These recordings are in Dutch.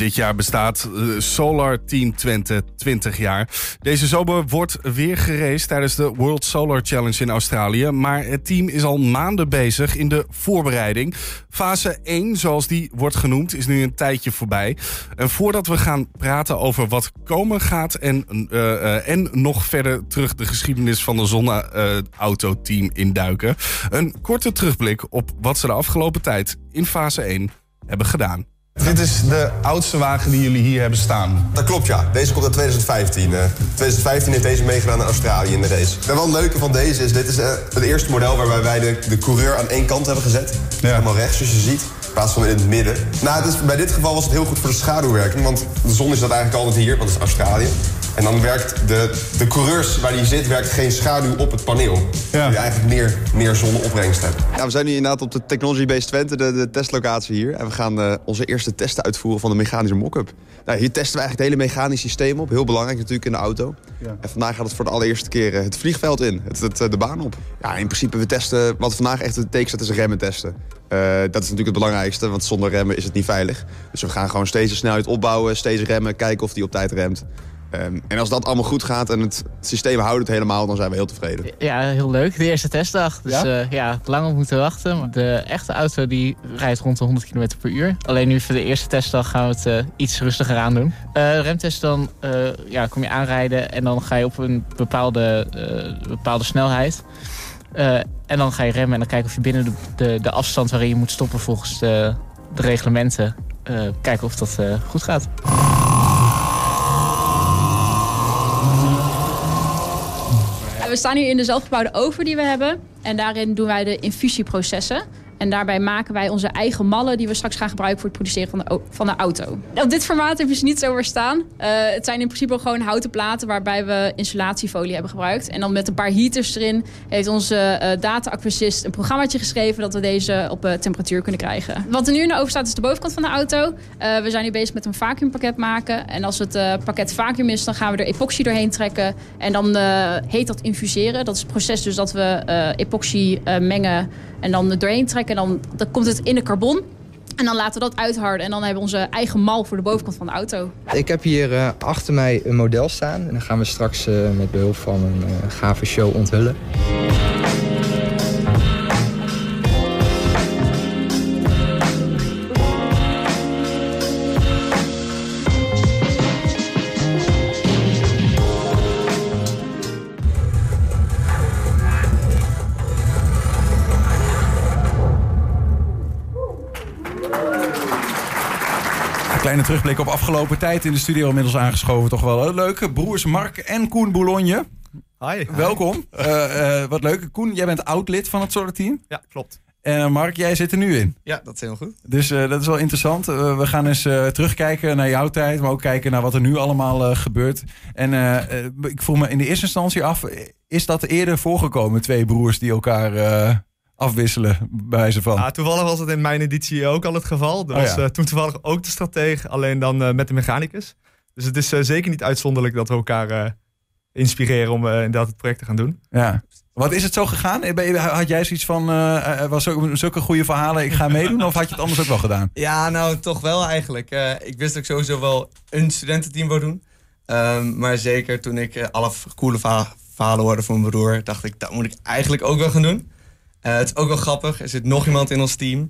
Dit jaar bestaat Solar Team Twente 20 jaar. Deze zomer wordt weer geraced tijdens de World Solar Challenge in Australië. Maar het team is al maanden bezig in de voorbereiding. Fase 1, zoals die wordt genoemd, is nu een tijdje voorbij. En voordat we gaan praten over wat komen gaat en nog verder terug de geschiedenis van de zonneauto-team induiken. Een korte terugblik op wat ze de afgelopen tijd in fase 1 hebben gedaan. Dit is de oudste wagen die jullie hier hebben staan. Dat klopt, ja. Deze komt uit 2015. 2015 heeft deze meegedaan naar Australië in de race. En wat het leuke van deze is, dit is het eerste model waarbij wij de coureur aan één kant hebben gezet. Ja. Helemaal rechts, zoals je ziet. In plaats van in het midden. Nou, bij dit geval was het heel goed voor de schaduwwerking. Want de zon is dat eigenlijk altijd hier, want het is Australië. En dan werkt de coureurs waar die zit, werkt geen schaduw op het paneel. Ja. Die eigenlijk meer zonneopbrengst hebt. Ja, we zijn nu inderdaad op de Technology Base Twente, de testlocatie hier. En we gaan onze eerste testen uitvoeren van de mechanische mock-up. Nou, hier testen we eigenlijk het hele mechanisch systeem op. Heel belangrijk natuurlijk in de auto. Ja. En vandaag gaat het voor de allereerste keer het vliegveld in. De baan op. Ja, in principe we testen, wat vandaag echt het teken staat, is remmen testen. Dat is natuurlijk het belangrijkste, want zonder remmen is het niet veilig. Dus we gaan gewoon steeds de snelheid opbouwen, steeds remmen, kijken of die op tijd remt. En als dat allemaal goed gaat en het systeem houdt het helemaal, dan zijn we heel tevreden. Ja, heel leuk. De eerste testdag. Dus lang op moeten wachten. Maar de echte auto die rijdt rond de 100 km per uur. Alleen nu voor de eerste testdag gaan we het iets rustiger aan doen. De remtest dan kom je aanrijden en dan ga je op een bepaalde snelheid. En dan ga je remmen en dan kijken of je binnen de afstand waarin je moet stoppen volgens de reglementen, kijken of dat goed gaat. We staan hier in de zelfgebouwde oven die we hebben. En daarin doen wij de infusieprocessen. En daarbij maken wij onze eigen mallen die we straks gaan gebruiken voor het produceren van de auto. Op dit formaat heb je ze niet zomaar staan. Het zijn in principe gewoon houten platen waarbij we insulatiefolie hebben gebruikt. En dan met een paar heaters erin heeft onze data-acquisist een programmaatje geschreven dat we deze op temperatuur kunnen krijgen. Wat er nu in de oven staat is de bovenkant van de auto. We zijn nu bezig met een vacuümpakket maken. En als het pakket vacuüm is, dan gaan we er epoxy doorheen trekken. En dan heet dat infuseren. Dat is het proces dus dat we epoxy mengen en dan er doorheen trekken. En dan komt het in de carbon. En dan laten we dat uitharden. En dan hebben we onze eigen mal voor de bovenkant van de auto. Ik heb hier achter mij een model staan. En dan gaan we straks met behulp van een gave show onthullen. Kleine terugblik op afgelopen tijd in de studio inmiddels aangeschoven. Toch wel leuk. Broers Mark en Koen Boulogne. Hi. Welkom. Wat leuk. Koen, jij bent oud-lid van het Solar Team. Ja, klopt. En Mark, jij zit er nu in. Ja, dat is heel goed. Dus dat is wel interessant. We gaan eens terugkijken naar jouw tijd, maar ook kijken naar wat er nu allemaal gebeurt. En ik vroeg me in de eerste instantie af, is dat eerder voorgekomen, twee broers die elkaar afwisselen bij wijze van? Ja, toevallig was het in mijn editie ook al het geval. Dat was toen toevallig ook de stratege, alleen dan met de mechanicus. Dus het is zeker niet uitzonderlijk dat we elkaar inspireren om inderdaad het project te gaan doen. Ja. Wat is het zo gegaan? Had jij zoiets van, was zulke goede verhalen, ik ga meedoen? Of had je het anders ook wel gedaan? Ja, nou toch wel eigenlijk. Ik wist dat ik sowieso wel een studententeam wou doen. Maar zeker toen ik alle coole verhalen hoorde van mijn broer, dacht ik, dat moet ik eigenlijk ook wel gaan doen. Het is ook wel grappig, er zit nog iemand in ons team.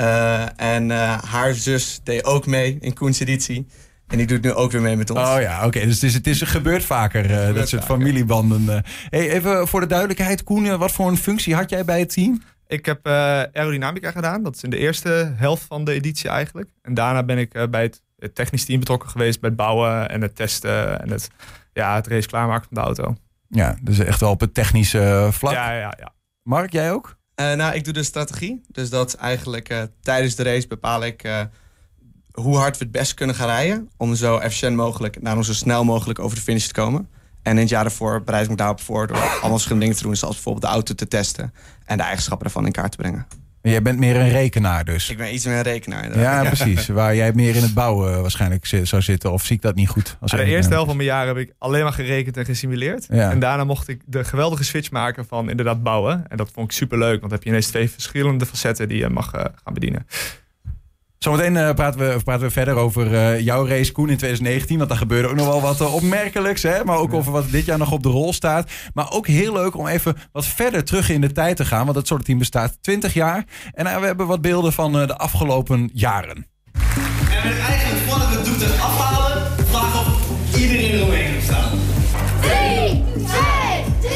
En haar zus deed ook mee in Koens editie. En die doet nu ook weer mee met ons. Oh ja, oké. Dus het gebeurt vaker, dat soort familiebanden. Hey, even voor de duidelijkheid, Koen, wat voor een functie had jij bij het team? Ik heb aerodynamica gedaan. Dat is in de eerste helft van de editie eigenlijk. En daarna ben ik bij het technisch team betrokken geweest bij het bouwen en het testen en het race klaarmaken van de auto. Ja, dus echt wel op het technische vlak. Ja. Mark, jij ook? Ik doe de strategie. Dus dat eigenlijk tijdens de race bepaal ik hoe hard we het best kunnen gaan rijden. Om zo efficiënt mogelijk, zo snel mogelijk over de finish te komen. En in het jaar daarvoor bereid ik me daarop voor door allemaal verschillende dingen te doen. Zoals bijvoorbeeld de auto te testen en de eigenschappen ervan in kaart te brengen. Jij bent meer een rekenaar dus? Ik ben iets meer een rekenaar. Inderdaad. Ja, precies. Waar jij meer in het bouwen waarschijnlijk zou zitten. Of zie ik dat niet goed? De eerste helft van mijn jaar heb ik alleen maar gerekend en gesimuleerd. Ja. En daarna mocht ik de geweldige switch maken van inderdaad bouwen. En dat vond ik superleuk. Want dan heb je ineens twee verschillende facetten die je mag gaan bedienen. Zometeen praten we verder over jouw race, Koen, in 2019. Want daar gebeurde ook nog wel wat opmerkelijks. Hè? Maar ook over wat dit jaar nog op de rol staat. Maar ook heel leuk om even wat verder terug in de tijd te gaan. Want het Solar Team bestaat 20 jaar. En we hebben wat beelden van de afgelopen jaren. En met eigenlijk voordat we het doet het afhalen, vragen of iedereen eromheen moet staan. 3, 2, 1.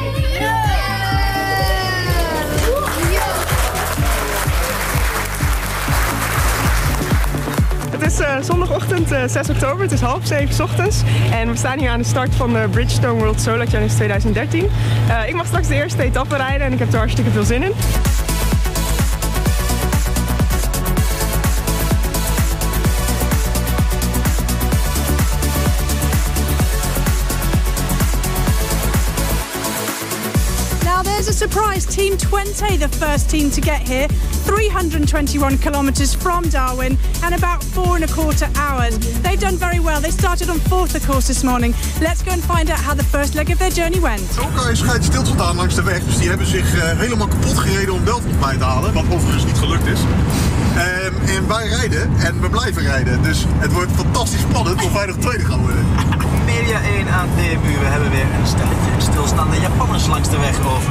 Het is zondagochtend 6 oktober, het is 6:30 ochtends en we staan hier aan de start van de Bridgestone World Solar Challenge 2013. Ik mag straks de eerste etappe rijden en ik heb er hartstikke veel zin in. There's a surprise, Team 20, the first team to get here, 321 kilometers from Darwin and about 4.25 hours. They've done very well. They started on 4th, of course, this morning. Let's go and find out how the first leg of their journey went. Ook is schijnt stil te staan langs de weg, dus die hebben zich helemaal kapot gereden om Belfort bij te halen, wat overigens niet gelukt is. En wij rijden en we blijven rijden, dus het wordt fantastisch spannend of wij nog tweede gaan worden. Media 1 aan DMU. We hebben weer een stelletje stilstaande Japanners langs de weg over.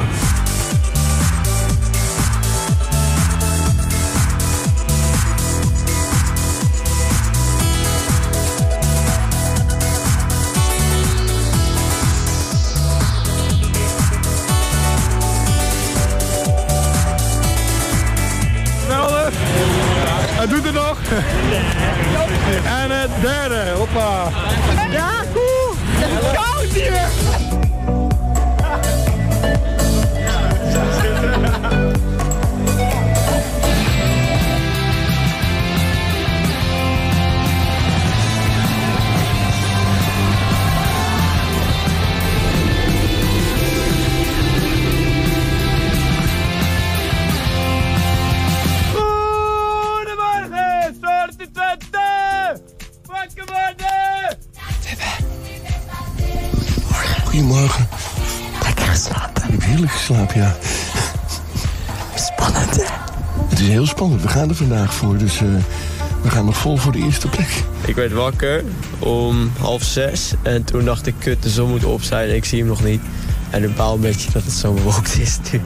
Geweldig. Hij doet het nog. En het derde. Hoppa. Ja, cool. Het is koud hier. Goedemorgen. Lekker geslapen. Ik heb heerlijk geslapen, ja. Spannend, hè? Het is heel spannend. We gaan er vandaag voor, dus we gaan nog vol voor de eerste plek. Ik werd wakker om 5:30 en toen dacht ik, kut, de zon moet op zijn en ik zie hem nog niet. En ik baal een beetje dat het zo bewolkt is nu.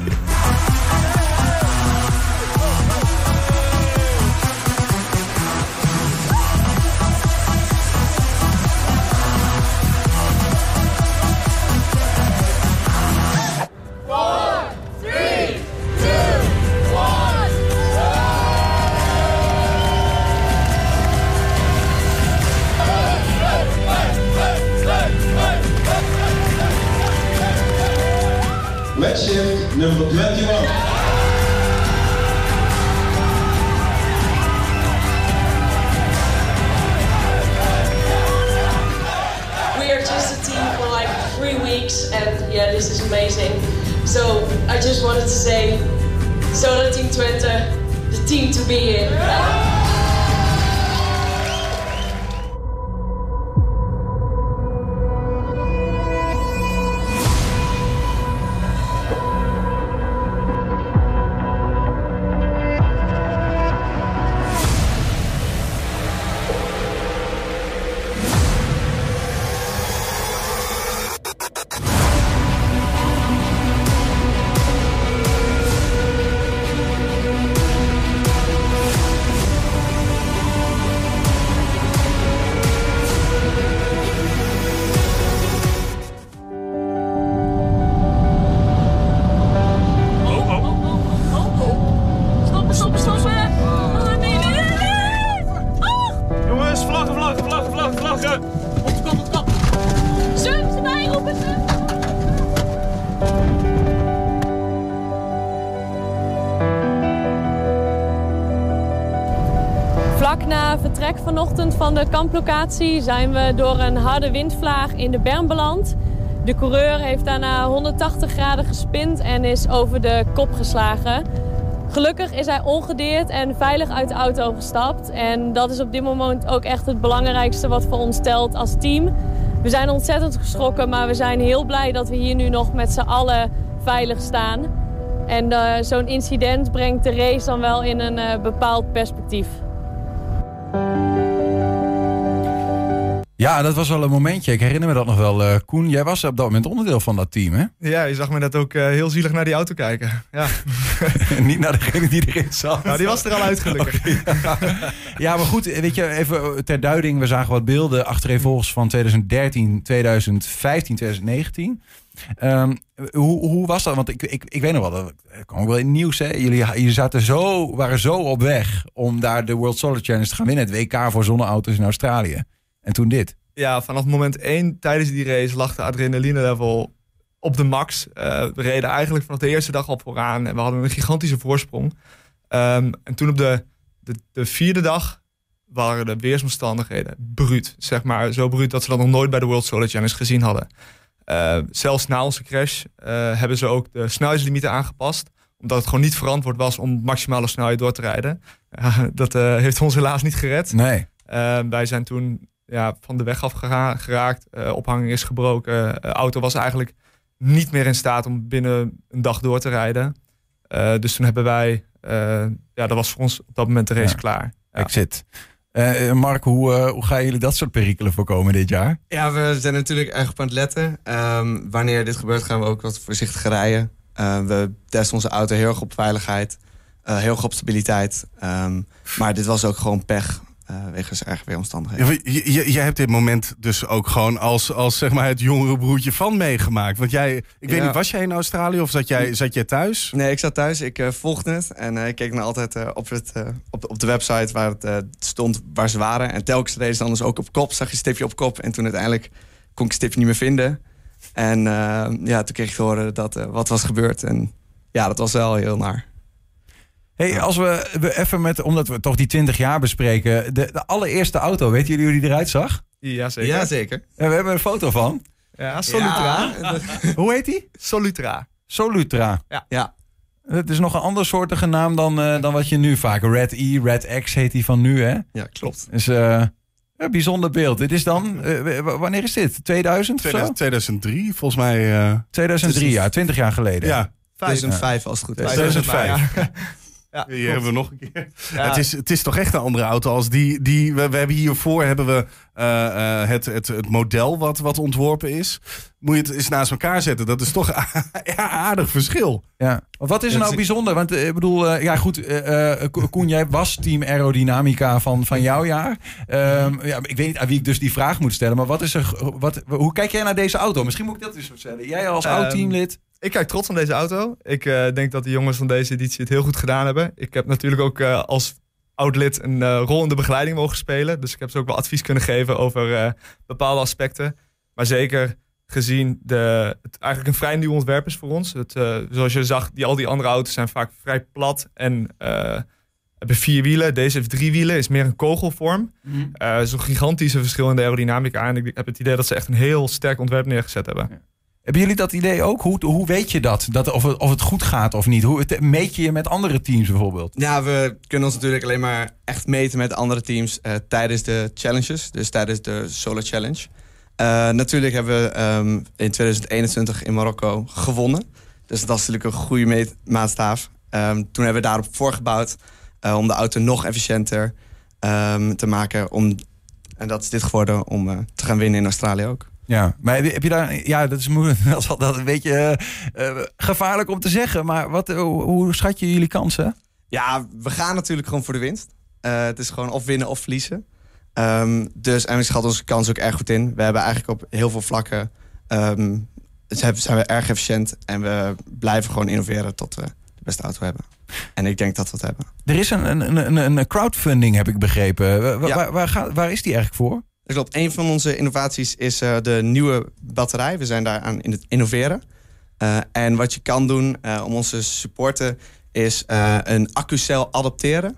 Matchshift nummer 21. We are just a team for like 3 weeks and yeah, this is amazing. So I just wanted to say, Solar Team Twente, the team to be in. Vlak na vertrek vanochtend van de kamplocatie zijn we door een harde windvlaag in de berm beland. De coureur heeft daarna 180 graden gespind en is over de kop geslagen. Gelukkig is hij ongedeerd en veilig uit de auto gestapt. En dat is op dit moment ook echt het belangrijkste wat voor ons telt als team. We zijn ontzettend geschrokken, maar we zijn heel blij dat we hier nu nog met z'n allen veilig staan. En zo'n incident brengt de race dan wel in een bepaald perspectief. Ja, dat was wel een momentje. Ik herinner me dat nog wel. Koen, jij was op dat moment onderdeel van dat team, hè? Ja, je zag me net ook heel zielig naar die auto kijken. Ja. Niet naar degene die erin zat. Nou, die was er al uit, gelukkig. Okay. Ja, maar goed, weet je, even ter duiding. We zagen wat beelden achtereenvolgens van 2013, 2015, 2019. Hoe was dat? Want ik weet nog wel, dat kwam ook wel in het nieuws. Hè? Jullie waren zo op weg om daar de World Solar Challenge te gaan winnen. Het WK voor zonneauto's in Australië. En toen dit. Ja, vanaf moment 1 tijdens die race lag de adrenaline level op de max. We reden eigenlijk vanaf de eerste dag al vooraan. En we hadden een gigantische voorsprong. En toen op de vierde dag waren de weersomstandigheden bruut. Zeg maar zo bruut dat ze dat nog nooit bij de World Solar Challenge gezien hadden. Zelfs na onze crash hebben ze ook de snelheidslimieten aangepast. Omdat het gewoon niet verantwoord was om maximale snelheid door te rijden. Dat heeft ons helaas niet gered. Nee. Wij zijn toen van de weg af geraakt. Ophanging is gebroken. Auto was eigenlijk niet meer in staat om binnen een dag door te rijden. Dus toen hebben wij... dat was voor ons op dat moment de race klaar. Ja. Exit. Mark, hoe gaan jullie dat soort perikelen voorkomen dit jaar? Ja, we zijn natuurlijk erg op aan het letten. Wanneer dit gebeurt gaan we ook wat voorzichtig rijden. We testen onze auto heel erg op veiligheid. Heel erg op stabiliteit. Maar dit was ook gewoon pech. Wegens erg weeromstandigheden. Jij hebt dit moment dus ook gewoon als zeg maar het jongere broertje van meegemaakt. Want ik weet niet, was jij in Australië of zat jij thuis? Nee, ik zat thuis. Ik volgde het. En ik keek dan altijd op de website waar het stond waar ze waren. En telkens reed ze dan dus ook op kop. Zag je een stipje op kop. En toen uiteindelijk kon ik het stipje niet meer vinden. En toen kreeg ik te horen dat wat was gebeurd. En ja, dat was wel heel naar. Hey, als we even omdat we toch die 20 jaar bespreken. De allereerste auto, weten jullie hoe die eruit zag? Ja, zeker. Ja, zeker. Ja, we hebben een foto van. Ja, Solutra. Ja. Hoe heet die? Solutra. Solutra. Ja. Het is nog een andersoortige naam dan wat je nu vaak... Red E, Red X heet die van nu, hè? Ja, klopt. Dus een bijzonder beeld. Dit is dan... wanneer is dit? 2000 of zo? 2003, volgens mij. 2003, ja. 20 jaar geleden. Ja. 2005 als het goed is. 2005. Ja, hier hebben we nog een keer. Ja. Het is toch echt een andere auto als die we hebben hiervoor hebben we het model wat ontworpen is. Moet je het eens naast elkaar zetten. Dat is toch een aardig verschil. Ja. Wat is er nou bijzonder? Want ik bedoel, Koen, jij was team aerodynamica van jouw jaar. Ik weet niet aan wie ik dus die vraag moet stellen. Maar hoe kijk jij naar deze auto? Misschien moet ik dat eens vertellen. Jij als oud teamlid. Ik kijk trots aan deze auto. Ik denk dat de jongens van deze editie het heel goed gedaan hebben. Ik heb natuurlijk ook als oud-lid een rol in de begeleiding mogen spelen. Dus ik heb ze ook wel advies kunnen geven over bepaalde aspecten. Maar zeker gezien het eigenlijk een vrij nieuw ontwerp is voor ons. Zoals je zag, al die andere auto's zijn vaak vrij plat en hebben 4 wielen. Deze heeft 3 wielen, is meer een kogelvorm. Zo'n gigantische verschil in de aerodynamica. En ik heb het idee dat ze echt een heel sterk ontwerp neergezet hebben. Ja. Hebben jullie dat idee ook? Hoe weet je dat of het goed gaat of niet? Hoe meet je met andere teams bijvoorbeeld? Ja, we kunnen ons natuurlijk alleen maar echt meten met andere teams tijdens de challenges. Dus tijdens de Solar Challenge. Natuurlijk hebben we in 2021 in Marokko gewonnen. Dus dat is natuurlijk een goede maatstaaf. Toen hebben we daarop voorgebouwd om de auto nog efficiënter te maken. En dat is dit geworden om te gaan winnen in Australië ook. Ja, maar heb je daar... Ja, dat is moeilijk. Dat is altijd een beetje gevaarlijk om te zeggen. Maar hoe schat je jullie kansen? Ja, we gaan natuurlijk gewoon voor de winst. Het is gewoon of winnen of verliezen. En we schatten onze kans ook erg goed in. We hebben eigenlijk op heel veel vlakken... zijn we erg efficiënt. En we blijven gewoon innoveren tot we de beste auto hebben. En ik denk dat we het hebben. Er is een crowdfunding, heb ik begrepen. Waar is die eigenlijk voor? Dat klopt. Een van onze innovaties is de nieuwe batterij. We zijn daaraan in het innoveren. En wat je kan doen om ons te supporten... is een accucel adapteren.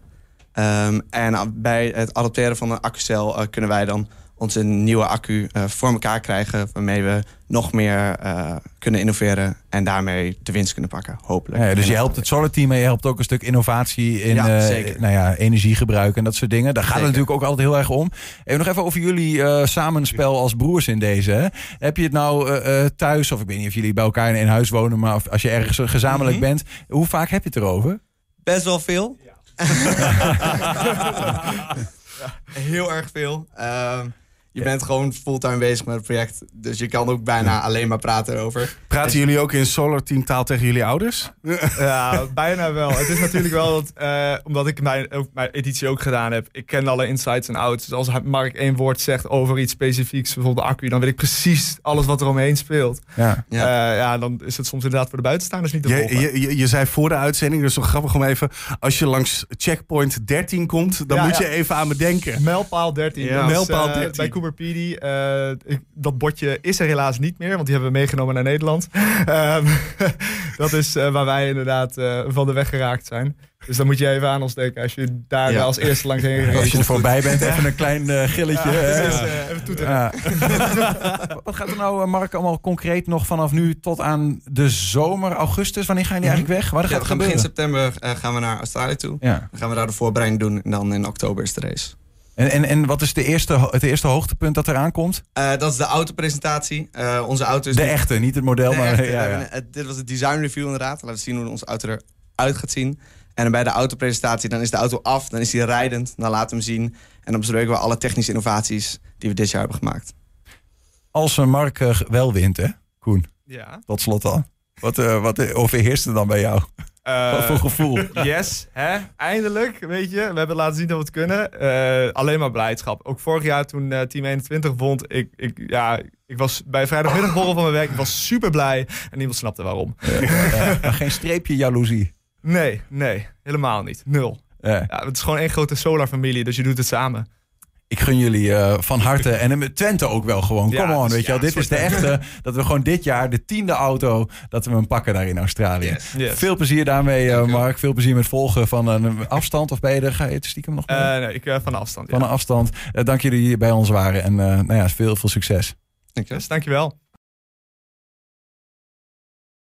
En bij het adapteren van een accucel kunnen wij dan onze nieuwe accu voor elkaar krijgen... waarmee we nog meer kunnen innoveren en daarmee de winst kunnen pakken, hopelijk. Ja, dus je helpt het Solar Team en je helpt ook een stuk innovatie in energiegebruik en dat soort dingen. Daar gaat het natuurlijk ook altijd heel erg om. Nog even over jullie samenspel als broers in deze. Hè? Heb je het nou thuis, of ik weet niet of jullie bij elkaar in huis wonen... maar als je ergens gezamenlijk bent, hoe vaak heb je het erover? Best wel veel. Ja. Heel erg veel. Je bent gewoon fulltime bezig met het project. Dus je kan ook bijna alleen maar praten erover. Praten jullie ook in Solar Team taal tegen jullie ouders? Ja, bijna wel. Het is natuurlijk wel dat, omdat ik mijn editie ook gedaan heb. Ik ken alle insights en outs. Dus als Mark 1 woord zegt over iets specifieks, bijvoorbeeld de accu, dan weet ik precies alles wat er omheen speelt. Dan is het soms inderdaad voor de buitenstaanders niet te volgen. Je zei voor de uitzending, dus zo grappig om even, als je langs checkpoint 13 komt, dan moet je even aan me denken. Mijlpaal 13. Ja. Mijlpaal 13. Bij Cooper Pedy. Dat bordje is er helaas niet meer, want die hebben we meegenomen naar Nederland. Dat is waar wij inderdaad van de weg geraakt zijn. Dus dan moet je even aan ons denken als je daar als eerste langs heen gaat. Als je er voorbij bent, even een klein gilletje. Even toeteren. Ja. Wat gaat er nou, Mark, allemaal concreet nog vanaf nu tot aan de zomer, augustus? Wanneer gaan jullie eigenlijk weg? Waar gaat het gebeuren? Begin september gaan we naar Australië toe. Ja. Dan gaan we daar de voorbereiding doen en dan in oktober is de race. En wat is het eerste hoogtepunt dat eraan komt? Dat is de autopresentatie. Onze auto is de echte, niet het model. Maar dit was het design review inderdaad. Laten we zien hoe onze auto eruit gaat zien. En bij de autopresentatie, dan is de auto af, dan is die rijdend, dan laten we hem zien. En dan bespreken we alle technische innovaties die we dit jaar hebben gemaakt. Als Mark wel wint, hè, Koen? Ja. Tot slot dan. Wat overheerst er dan bij jou? Wat voor gevoel? Yes, hè? Eindelijk, weet je. We hebben laten zien dat we het kunnen. Alleen maar blijdschap. Ook vorig jaar toen Team 21 won. Ik was bij vrijdagmiddagborrel van mijn werk. Ik was super blij en niemand snapte waarom. Maar geen streepje jaloezie? Nee, helemaal niet. 0. Ja, het is gewoon één grote Solar-familie, dus je doet het samen. Ik gun jullie van harte en met Twente ook wel gewoon. Come on, weet je wel. Dit is de echte, dat we gewoon dit jaar de 10e auto, dat we hem pakken daar in Australië. Yes. Veel plezier daarmee, Mark. Veel plezier met volgen van een afstand. Of ben je er, ga je het stiekem nog mee? Nee, ik van de afstand. Van een afstand. Dank jullie hier bij ons waren en veel succes. Dankjewel.